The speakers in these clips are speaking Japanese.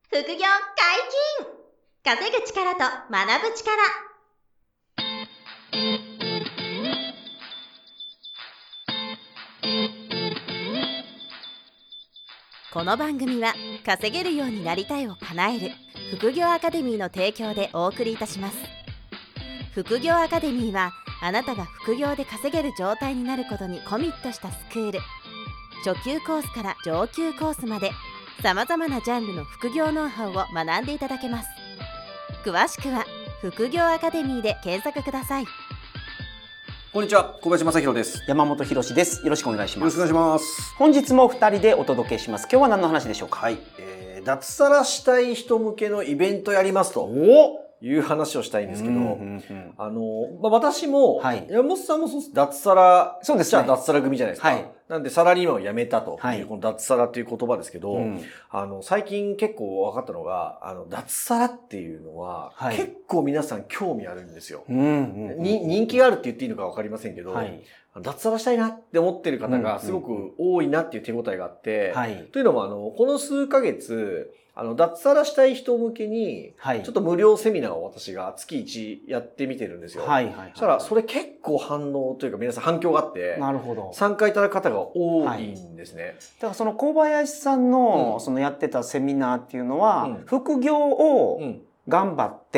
副業解禁、稼ぐ力と学ぶ力。この番組は稼げるようになりたいを叶える副業アカデミーの提供でお送りいたします。副業アカデミーはあなたが副業で稼げる状態になることにコミットしたスクール。初級コースから上級コースまでさまざまなジャンルの副業ノウハウを学んでいただけます。詳しくは副業アカデミーで検索ください。 こんにちは、小林正弘です。 山本博です。よろしくお願いします。 よろしくお願いします。 本日も2人でお届けします。今日は何の話でしょうか？ はい、脱サラしたい人向けのイベントやりますという話をしたいんですけど、私も、はい、山本さんも脱サラ、 そうですね。 じゃあ脱サラ組じゃないですか。はい、なんでサラリーマンを辞めたという、 はい、 この脱サラという言葉ですけど、最近結構分かったのが、脱サラっていうのは、はい、結構皆さん興味あるんですよ。人気があるって言っていいのか分かりませんけど、はい、脱サラしたいなって思ってる方がすごく多いなっていう手応えがあって、というのもこの数ヶ月、脱サラしたい人向けに、ちょっと無料セミナーを私が月1やってみてるんですよ。そしたら、それ結構反応というか皆さん反響があって、なるほど。参加いただく方が多いんですね。 だからその小林さんの、そのやってたセミナーっていうのは、副業を頑張って、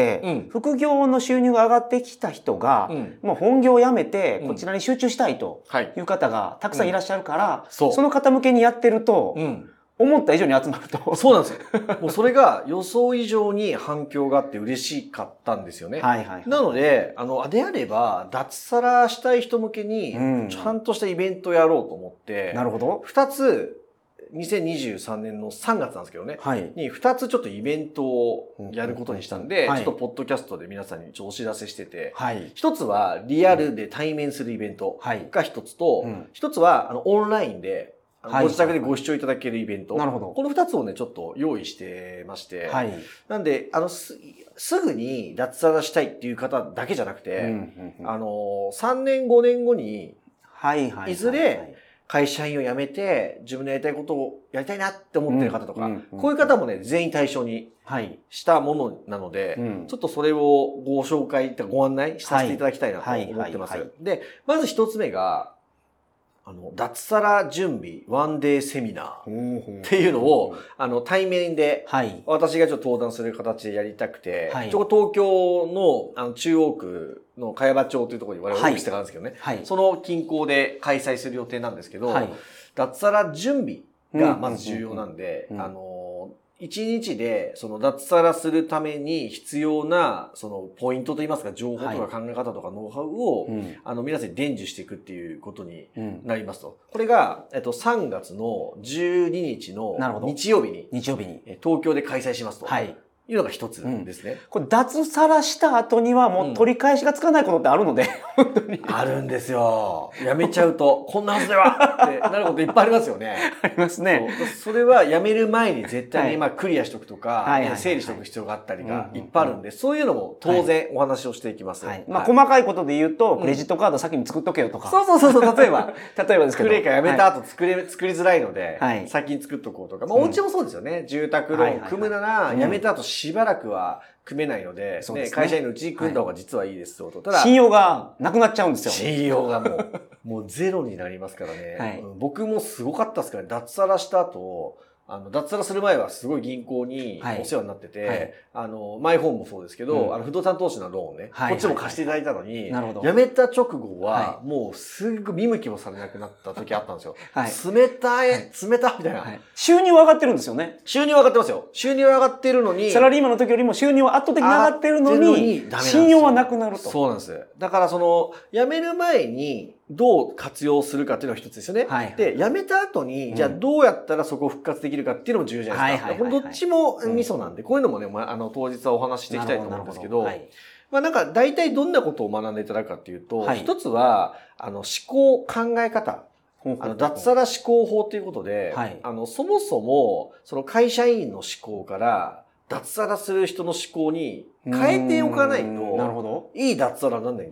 副業の収入が上がってきた人が、もう本業を辞めて、こちらに集中したいという方がたくさんいらっしゃるから、その方向けにやってると、思った以上に集まると。 そうなんですよ。もうそれが予想以上に反響があって嬉しかったんですよね。なので、であれば、脱サラしたい人向けに、ちゃんとしたイベントをやろうと思って、 なるほど。 2つ、2023年の3月なんですけどね、に2つちょっとイベントをやることにしたんで、ちょっとポッドキャストで皆さんにちょっとお知らせしてて、1つはリアルで対面するイベントが1つと、1つはオンラインで、ご自宅でご視聴いただけるイベント。なるほど。この2つをね、ちょっと用意してまして。なんで、すぐに脱サラしたいっていう方だけじゃなくて、3年5年後に、いずれ会社員を辞めて、自分のやりたいことをやりたいなって思ってる方とか、こういう方もね、全員対象にしたものなので、ちょっとそれをご紹介、ご案内させていただきたいなと思ってます。で、まず1つ目が、脱サラ準備ワンデーセミナーっていうのを、対面で、私がちょっと登壇する形でやりたくて、東京の、中央区の茅場町というところに我々オフィスがあるんですけどね、その近郊で開催する予定なんですけど、脱サラ準備がまず重要なんで、一日でその脱サラするために必要なそのポイントといいますか情報とか考え方とかノウハウを、皆さんに伝授していくっていうことになりますと。これが、3月の12日の日曜日に東京で開催しますと。いうのが一つですね。 これ脱サラした後にはもう取り返しがつかないことってあるので、 本当に。あるんですよ。やめちゃうと、こんなはずではってなることいっぱいありますよね。 ありますね。 それはやめる前に絶対にクリアしとくとか、整理しとく必要があったりがいっぱいあるんで、そういうのも当然お話をしていきます。 細かいことで言うと、クレジットカード先に作っとけよとか。 そう、例えばですけど。クレカやめた後作りづらいので、先に作っとこうとか。お家もそうですよね。住宅ローン組むなら、やめた後しばらくは組めないので、会社員のうちに組んだ方が実はいいですと。ただ、 信用がなくなっちゃうんですよ。 信用がもうゼロになりますからね。僕もすごかったですから、脱サラした後、脱サラする前はすごい銀行にお世話になってて、マイホームもそうですけど、不動産投資のローンね、こっちも貸していただいたのに、辞めた直後は、もうすぐ見向きもされなくなった時あったんですよ。冷たみたいな。 収入は上がってるんですよね。 収入は上がってますよ。収入は上がってるのに、 サラリーマンの時よりも収入は圧倒的に上がってるのに、信用はなくなると。 そうなんです。だから辞める前に、どう活用するかっていうのが一つですよね。で、辞めた後に、じゃあどうやったらそこを復活できるかっていうのも重要じゃないですか。これどっちもミソなんで、こういうのもね、当日はお話ししていきたいと思うんですけど、大体どんなことを学んでいただくかっていうと、一つは、思考、考え方。脱サラ思考法ということで、そもそも、その会社員の思考から、脱サラする人の思考に変えておかないと、いい脱サラにならないんですよ。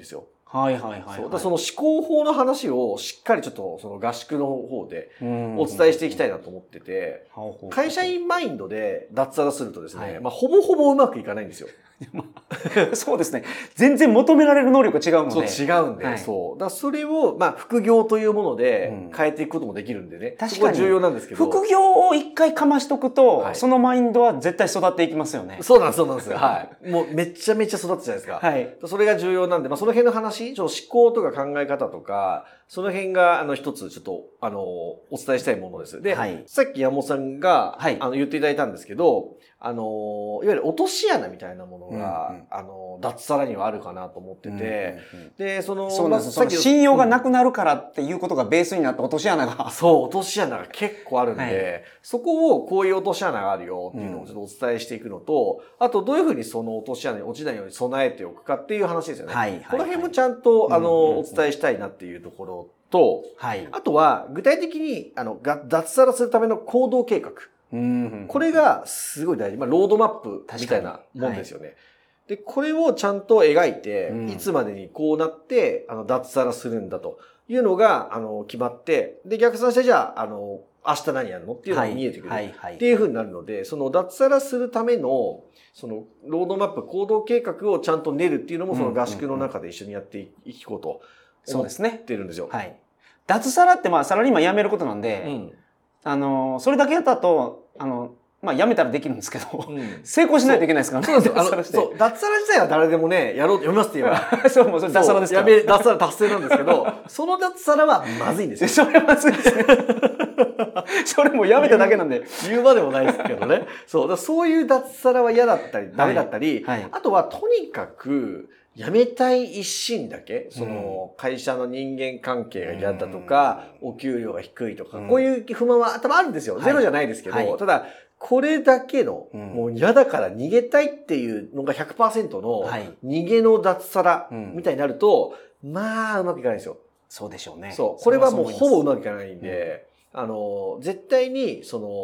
はいはいはい、はい。 その思考法の話をしっかりちょっとその合宿の方でお伝えしていきたいなと思ってて、会社員マインドで脱サラするとですね、はい、ほぼほぼうまくいかないんですよ。 そうですね。全然求められる能力が違うので。 そう、違うんで、はい、そう。だからそれを、副業というもので変えていくこともできるんでね。確かに。そこは重要なんですけど。 副業を一回かましとくと、はい、そのマインドは絶対育っていきますよね。 そうなんですよ。はい。もうめちゃめちゃ育つじゃないですか。はい。それが重要なんで、その辺の話、思考とか考え方とか、その辺が、一つ、ちょっと、お伝えしたいものです。で、はい、さっき山本さんが、はい、言っていただいたんですけど、いわゆる落とし穴みたいなものが、脱サラにはあるかなと思ってて、で、 そうなんです。信用がなくなるからっていうことがベースになった落とし穴が。 そう、落とし穴が結構あるんで、はい、そこをこういう落とし穴があるよっていうのをちょっとお伝えしていくのと、あとどういうふうにその落とし穴に落ちないように備えておくかっていう話ですよね。はい。この辺もちゃんと、お伝えしたいなっていうところと、はい。あとは、具体的に、脱サラするための行動計画。これがすごい大事。ロードマップみたいなもんですよね。はい、で、これをちゃんと描いて、いつまでにこうなって、脱サラするんだというのが、決まって、で、逆算してじゃあ、明日何やるのっていうのが見えてくる。っていう風になるので、その脱サラするための、その、ロードマップ、行動計画をちゃんと練るっていうのも、その合宿の中で一緒にやっていこうと。そうですね。ってるんですよ。 はい。脱サラってサラリーマン辞めることなんで、それだけやったと、辞めたらできるんですけど、成功しないといけないですからね。 そう、脱サラ自体は誰でもね、読みますって言えば。 そう、もうそれ脱サラですから。 脱サラ達成なんですけど、その脱サラはまずいんですよ。 それはまずいですね。それも辞めただけなんで。 言うまでもないですけどね。そういう脱サラは嫌だったり、ダメだったり、あとはとにかく、辞めたい一心だけ、その会社の人間関係が嫌だとか、お給料が低いとか、こういう不満は多分あるんですよ。ゼロじゃないですけど、ただ、これだけの、もう嫌だから逃げたいっていうのが 100% の逃げの脱サラみたいになると、うまくいかないんですよ。 そうでしょうね。 そう。これはもうほぼうまくいかないんで、絶対に、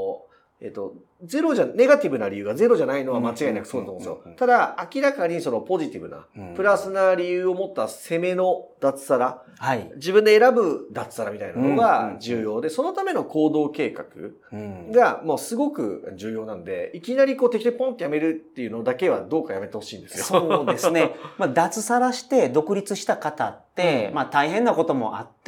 ネガティブな理由がゼロじゃないのは間違いなくそうだと思うんですよ。ただ、明らかにそのポジティブな、プラスな理由を持った攻めの脱サラ、はい、自分で選ぶ脱サラみたいなのが重要で、そのための行動計画がもうすごく重要なんで、いきなり適当にポンってやめるっていうのだけはどうかやめてほしいんですよ。 そうですね。脱サラして独立した方って、大変なこともあって、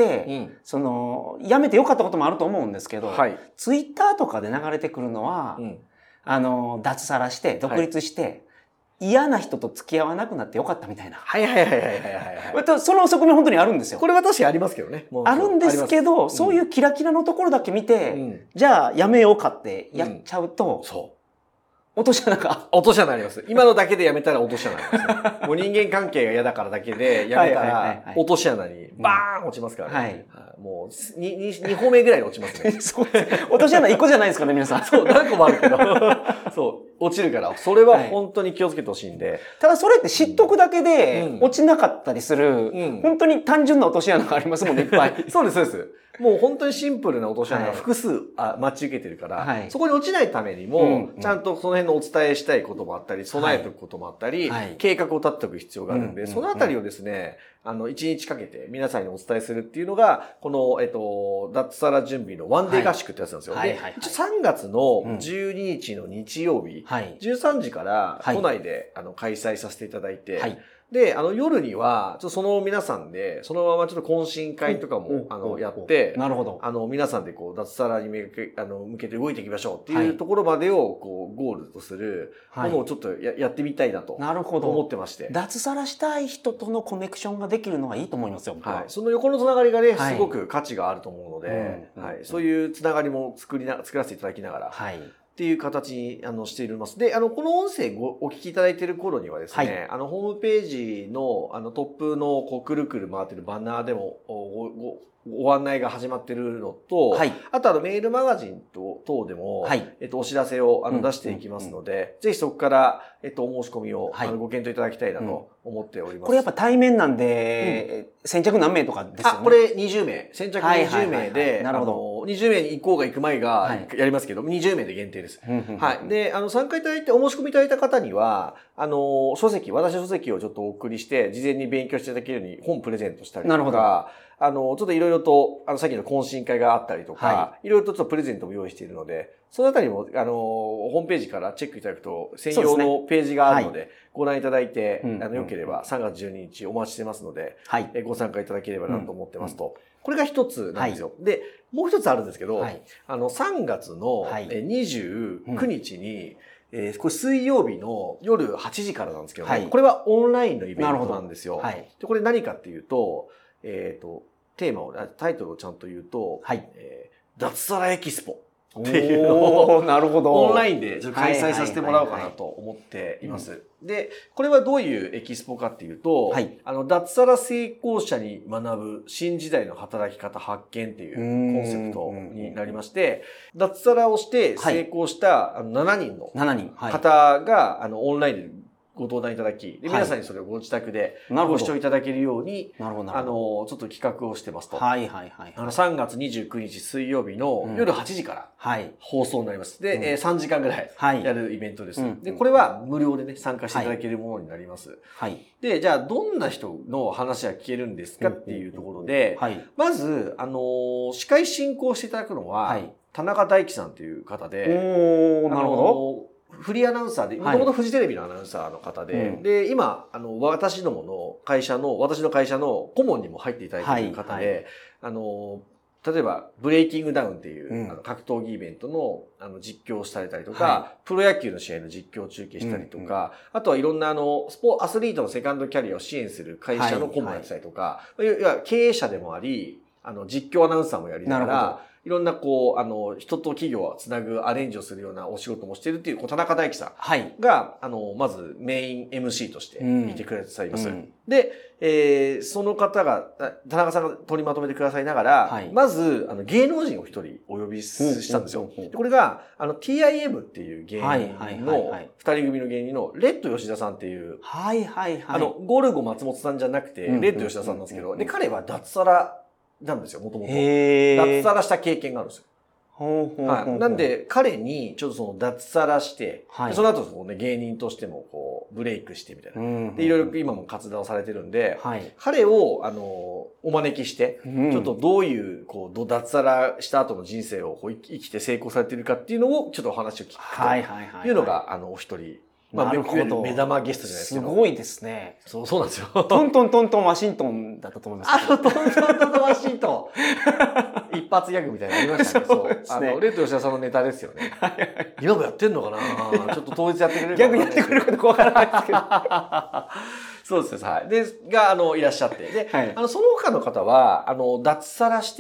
辞めてよかったこともあると思うんですけど、はい、ツイッターとかで流れてくるのは、脱サラして独立して、嫌な人と付き合わなくなってよかったみたいな。 はい。 その側面本当にあるんですよ。 これは確かにありますけどね。 あるんですけど、そういうキラキラのところだけ見て、じゃあやめようかってやっちゃうと、落とし穴が。 落とし穴あります。今のだけでやめたら落とし穴ありますね。もう人間関係が嫌だからだけでやめたら、落とし穴にバーン落ちますからね。もう2歩目ぐらいに落ちますね。 落とし穴1個じゃないですかね、皆さん。 そう、何個もあるけど。そう、落ちるから。それは本当に気をつけてほしいんで。 ただそれって知っとくだけで落ちなかったりする、本当に単純な落とし穴がありますもんね、いっぱい。 そうです。もう本当にシンプルな落とし穴が複数待ち受けてるから、そこに落ちないためにも、ちゃんとその辺のお伝えしたいこともあったり、備えておくこともあったり、計画を立てておく必要があるんで、そのあたりをですね、1日かけて皆さんにお伝えするっていうのが、この、脱サラ準備のワンデー合宿ってやつなんですよ。で、3月の12日の日曜日、13時から都内で開催させていただいて、で、夜には、その皆さんで、そのままちょっと懇親会とかも、やって、 なるほど。 皆さんで脱サラに向けて動いていきましょうっていうところまでを、ゴールとするものをちょっとやってみたいなと。なるほど。思ってまして。 脱サラしたい人とのコネクションができるのはいいと思いますよ。 はい。その横のつながりがね、すごく価値があると思うので、はい。そういうつながりも作らせていただきながら、はい。っていう形にしています。で、この音声お聞きいただいている頃にはですね、ホームページのトップのくるくる回ってるバナーでもご案内が始まっているのと、あとメールマガジン等でも、お知らせを出していきますので、ぜひそこから、お申し込みをご検討いただきたいなと思っております。 これやっぱ対面なんで、先着何名とかですよね。 これ20名。先着20名で、 20名に行こうが行く前がやりますけど、20名で限定です。はい。で、参加いただいて、お申し込みいただいた方には、私の書籍をちょっとお送りして、事前に勉強していただけるように本プレゼントしたりとか、ちょっといろいろと、さっきの懇親会があったりとか、いろいろとちょっとプレゼントも用意しているので、そのあたりも、ホームページからチェックいただくと、専用のページがあるので、ご覧いただいて、よければ3月12日お待ちしてますので、ご参加いただければなと思ってますと。これが一つなんですよ。で、もう一つあるんですけど、3月の29日に、これ水曜日の夜8時からなんですけどね、これはオンラインのイベントなんですよ。で、これ何かっていうと、テーマを、タイトルをちゃんと言うと、脱サラエキスポっていうのを、なるほど。オンラインで開催させてもらおうかなと思っています。で、これはどういうエキスポかっていうと、脱サラ成功者に学ぶ新時代の働き方発見っていうコンセプトになりまして、脱サラをして成功した7人の方がオンラインでご登壇いただき、で皆さんにそれをご自宅でご視聴いただけるように、ちょっと企画をしてますと。3月29日水曜日の夜8時から放送になります。で、3時間ぐらいやるイベントです。で、これは無料でね、参加していただけるものになります。で、じゃあ、どんな人の話が聞けるんですかっていうところで、まず、司会進行していただくのは、田中大樹さんという方で、なるほど。フリーアナウンサーで、もともとフジテレビのアナウンサーの方で、で、今、私の会社の顧問にも入っていただいている方で、例えば、ブレイキングダウンっていう、格闘技イベントの、実況をされたりとか、プロ野球の試合の実況中継したりとか、あとはいろんなアスリートのセカンドキャリアを支援する会社の顧問をやったりとか、経営者でもあり、実況アナウンサーもやりながら、いろんな人と企業をつなぐアレンジをするようなお仕事もしているっていう、田中大樹さんが、まずメイン MC としていてくださいます。で、その方が、田中さんが取りまとめてくださいながら、まず、芸能人を一人お呼びしたんですよ。これが、TIM っていう芸人の、二人組の芸人の、レッド吉田さんっていう、ゴルゴ松本さんじゃなくて、レッド吉田さんなんですけど、で、彼は脱サラ、なんですよ、もともと。脱サラした経験があるんですよ。なんで、彼に、ちょっとその脱サラして、その後芸人としてもブレイクしてみたいな。で、いろいろ今も活動されてるんで、彼を、お招きして、ちょっとどういう、脱サラした後の人生を生きて成功されてるかっていうのを、ちょっとお話を聞くというのが、お一人。まあ、目玉ゲストじゃないですか。 すごいですね。 そうなんですよ。 トントントントンワシントンだったと思います。 トントントンワシントン。一発ギャグみたいなのありましたね。そう。レッド吉田さんのネタですよね。今もやってんのかなちょっと当日やってくれるかギャグやってくれるかどうかわからないですけど。そうです。はい。で、いらっしゃって。で、その他の方は、脱サラして、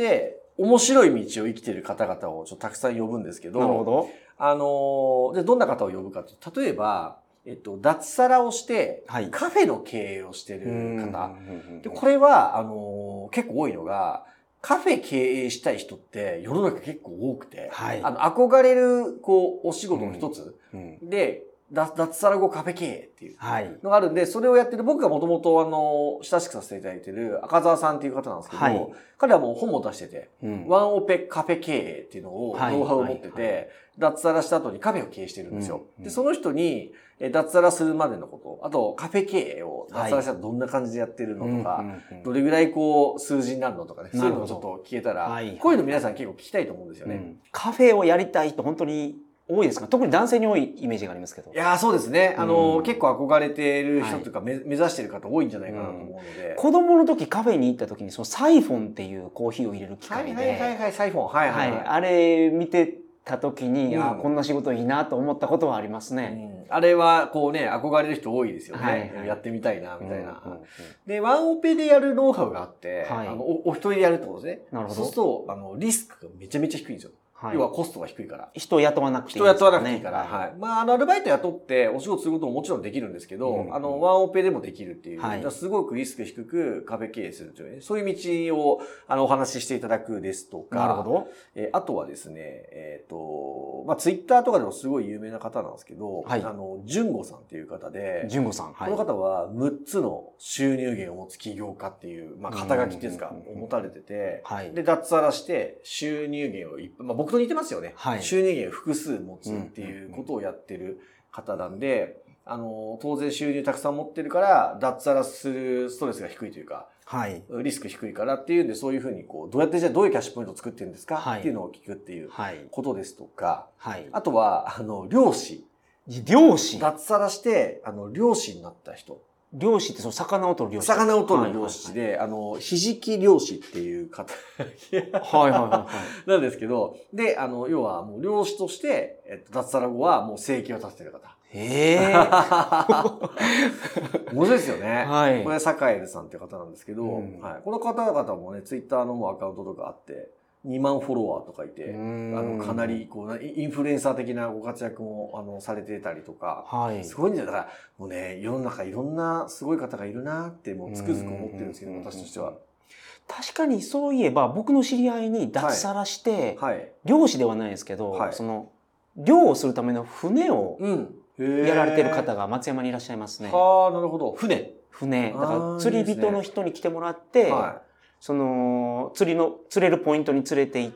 面白い道を生きている方々をちょっとたくさん呼ぶんですけど。 なるほど。 で、どんな方を呼ぶかと、例えば、脱サラをして、カフェの経営をしている方。で、これは、結構多いのが、カフェ経営したい人って世の中結構多くて、憧れる、お仕事の一つで、脱サラ後カフェ経営っていうのがあるんで、それをやってる、僕がもともと親しくさせていただいてる赤澤さんっていう方なんですけど、彼はもう本も出してて、ワンオペカフェ経営っていうのを、ノウハウを持ってて、脱サラした後にカフェを経営してるんですよ。で、その人に、脱サラするまでのこと、あとカフェ経営を脱サラしたらどんな感じでやってるのとか、どれぐらい数字になるのとかね、そういうのをちょっと聞けたら、こういうの皆さん結構聞きたいと思うんですよね。 カフェをやりたい人本当に多いですか？特に男性に多いイメージがありますけど。 いやー、そうですね。結構憧れている人というか、目指している方多いんじゃないかなと思うので。 子供の時カフェに行った時に、そのサイフォンっていうコーヒーを入れる機械で。 サイフォン。 あれ見てた時に、こんな仕事いいなと思ったことはありますね。 あれは、憧れる人多いですよね。やってみたいな、みたいな。で、ワンオペでやるノウハウがあって、お一人でやるってことですね。なるほど。そうすると、リスクがめちゃめちゃ低いんですよ。 要はコストが低いから。 人を雇わなくていいですね。人を雇わなくていいから。はい。まあ、アルバイト雇ってお仕事することももちろんできるんですけど、ワンオペでもできるっていう、すごくリスク低く壁経営するというね、そういう道を、お話ししていただくですとか。 なるほど。 あとはですね、まあ、ツイッターとかでもすごい有名な方なんですけど、純吾さんっていう方で、 純吾さん。 この方は6つの収入源を持つ起業家っていう、まあ、肩書きっていうんですか、持たれてて、で、脱サラして収入源をまあ、僕と似てますよね。収入源を複数持つっていうことをやってる方なんで、当然収入たくさん持ってるから、脱サラするストレスが低いというか、リスク低いからっていうんで、そういうふうにどうやってじゃあどういうキャッシュポイントを作ってるんですか、っていうのを聞くっていうことですとか、あとは、漁師。 漁師脱サラして、漁師になった人。 漁師ってその魚を取る漁師。 魚を取る漁師で、ひじき漁師っていう方。なんですけど、で、要はもう漁師として、脱サラ後はもう生計を立ててる方。面白いですよね。これ、サカエルさんっていう方なんですけど、この方々もね、ツイッターのもうアカウントとかあって、2万フォロワーとかいて、かなりインフルエンサー的なご活躍もされてたりとか、すごいんだよ。だからもうね、世の中いろんなすごい方がいるなってもうつくづく思ってるんですけど、私としては。 確かにそういえば僕の知り合いに脱サラして、漁師ではないですけど、その漁をするための船をやられてる方が松山にいらっしゃいますね。 はあ、なるほど。船。 だから釣り人の人に来てもらって、その釣れるポイントに連れて行って、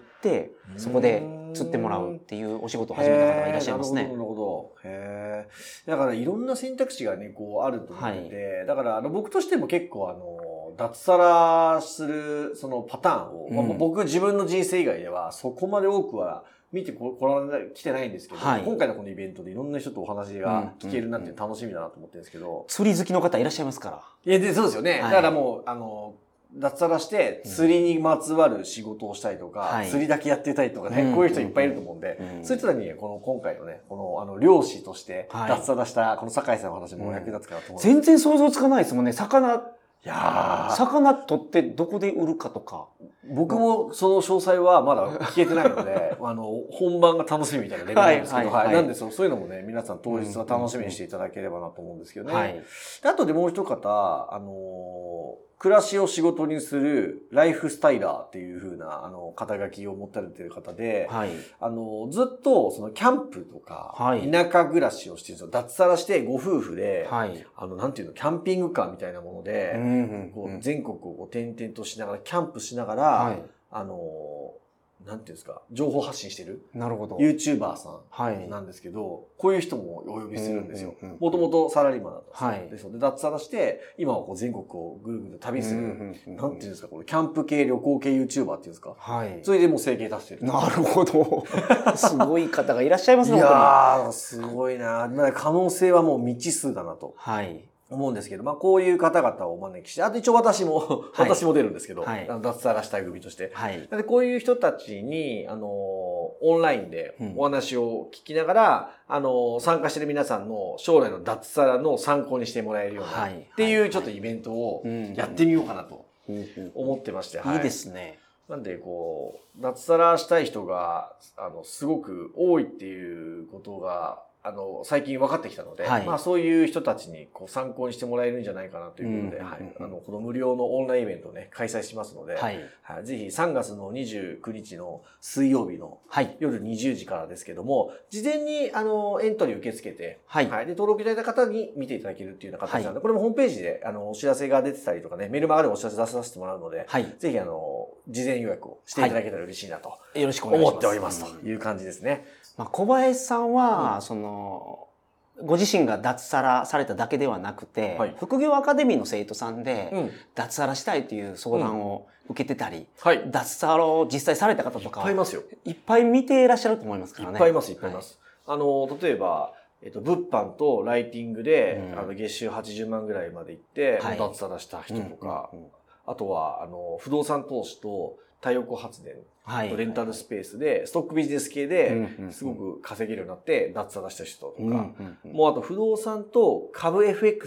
そこで釣ってもらうっていうお仕事を始めた方がいらっしゃいますね。 なるほど。へえ。だからいろんな選択肢がね、あると思って、だから僕としても結構脱サラするそのパターンを、僕自分の人生以外ではそこまで多くは見て来てないんですけど、今回のこのイベントでいろんな人とお話が聞けるなって楽しみだなと思ってるんですけど。 釣り好きの方いらっしゃいますから。 いや、そうですよね。だからもう、脱サラして釣りにまつわる仕事をしたいとか、釣りだけやってたいとかね、こういう人いっぱいいると思うんで、そういったのに、今回のね、漁師として脱サラしたこの酒井さんの話も役立つかなと思う。 全然想像つかないですもんね。魚取ってどこで売るかとか。 僕もその詳細はまだ聞けてないので、本番が楽しみみたいなレベルなんですけど、なんでそういうのもね、皆さん当日は楽しみにしていただければなと思うんですけどね。あとでもう一方、暮らしを仕事にするライフスタイラーっていう風な肩書きを持たれている方で、ずっとそのキャンプとか田舎暮らしをしてるんですよ。脱サラしてご夫婦で、なんていうの、キャンピングカーみたいなもので、全国を転々としながらキャンプしながら、なんていうんですか、情報発信してる YouTuber さんなんですけど、こういう人もお呼びするんですよ。もともとサラリーマンだったんですよ。で、脱サラして、今は全国をぐるぐる旅する、なんていうんですか、これキャンプ系、旅行系 YouTuber っていうんですか。それでもう生計出してる。 なるほど。すごい方がいらっしゃいますね。 いやー、すごいな。可能性はもう未知数だなと。思うんですけど、まあこういう方々をお招きして、あと一応私も出るんですけど、脱サラしたい組として。でこういう人たちに、オンラインでお話を聞きながら、参加している皆さんの将来の脱サラの参考にしてもらえるような、っていうちょっとイベントをやってみようかなと思ってまして。 いいですね。 なんで脱サラしたい人が、すごく多いっていうことが、最近分かってきたので、まあそういう人たちに参考にしてもらえるんじゃないかなということで、この無料のオンラインイベントをね、開催しますので、ぜひ3月の29日の水曜日の夜20時からですけども、事前にエントリー受け付けて、で、登録いただいた方に見ていただけるっていうような形なので、これもホームページでお知らせが出てたりとかね、メルマガでお知らせ出させてもらうので、ぜひ事前予約をしていただけたら嬉しいなと、 よろしくお願いします。 思っておりますという感じですね。 小林さんは、ご自身が脱サラされただけではなくて、副業アカデミーの生徒さんで、脱サラしたいという相談を受けてたり、脱サラを実際された方とかいっぱいいますよ。 いっぱい見ていらっしゃると思いますからね。 いっぱいいます。例えば、物販とライティングで、月収80万ぐらいまで行って、脱サラした人とか、あとは、不動産投資と太陽光発電、レンタルスペースで、ストックビジネス系ですごく稼げるようになって、脱サラした人とか、もうあと不動産と株 FX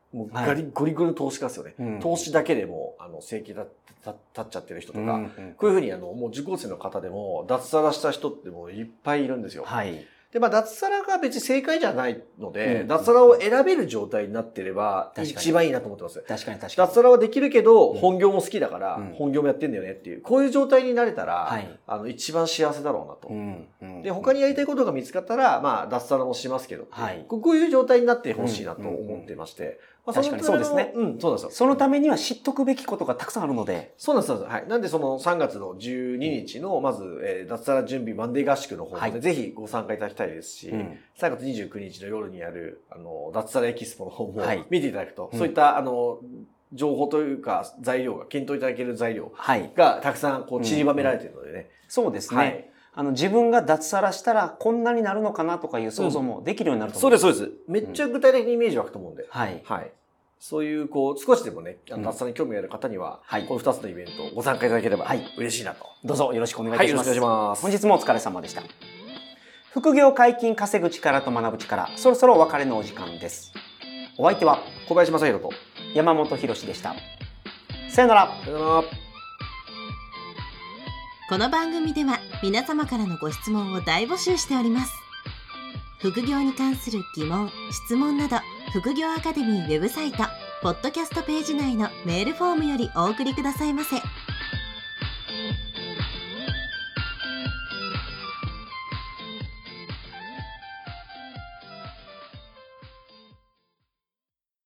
もうゴリゴリの投資家ですよね。投資だけでも、生計立っちゃってる人とか、こういうふうにもう受講生の方でも、脱サラした人ってもういっぱいいるんですよ。はい。で、脱サラが別に正解じゃないので、脱サラを選べる状態になってれば、一番いいなと思ってます。 確かに。 脱サラはできるけど、本業も好きだから、本業もやってんだよねっていう、こういう状態になれたら、一番幸せだろうなと。で、他にやりたいことが見つかったら、脱サラもしますけど、こういう状態になってほしいなと思ってまして、 確かにそうですね。そうなんですよ。そのためには知っとくべきことがたくさんあるので。 そうなんです。はい。なんでその3月の12日の、まず、脱サラ準備マンデー合宿の方で、ぜひご参加いただきたいですし、3月29日の夜にやる、脱サラエキスポの方も見ていただくと、そういった、情報というか、材料が、検討いただける材料がたくさん散りばめられているのでね。 そうですね。自分が脱サラしたらこんなになるのかなとかいう想像もできるようになると思う。 そうです。めっちゃ具体的にイメージ湧くと思うんで。はい。そういう、少しでもね、脱サラに興味がある方には、この2つのイベントご参加いただければ嬉しいなと。 どうぞよろしくお願いいたします。 よろしくお願いします。 本日もお疲れ様でした。副業解禁稼ぐ力と学ぶ力、そろそろお別れのお時間です。お相手は小林正弘と山本博史でした。さよなら。 さよなら。 この番組では皆様からのご質問を大募集しております。副業に関する疑問・質問など、副業アカデミーウェブサイト、ポッドキャストページ内のメールフォームよりお送りくださいませ。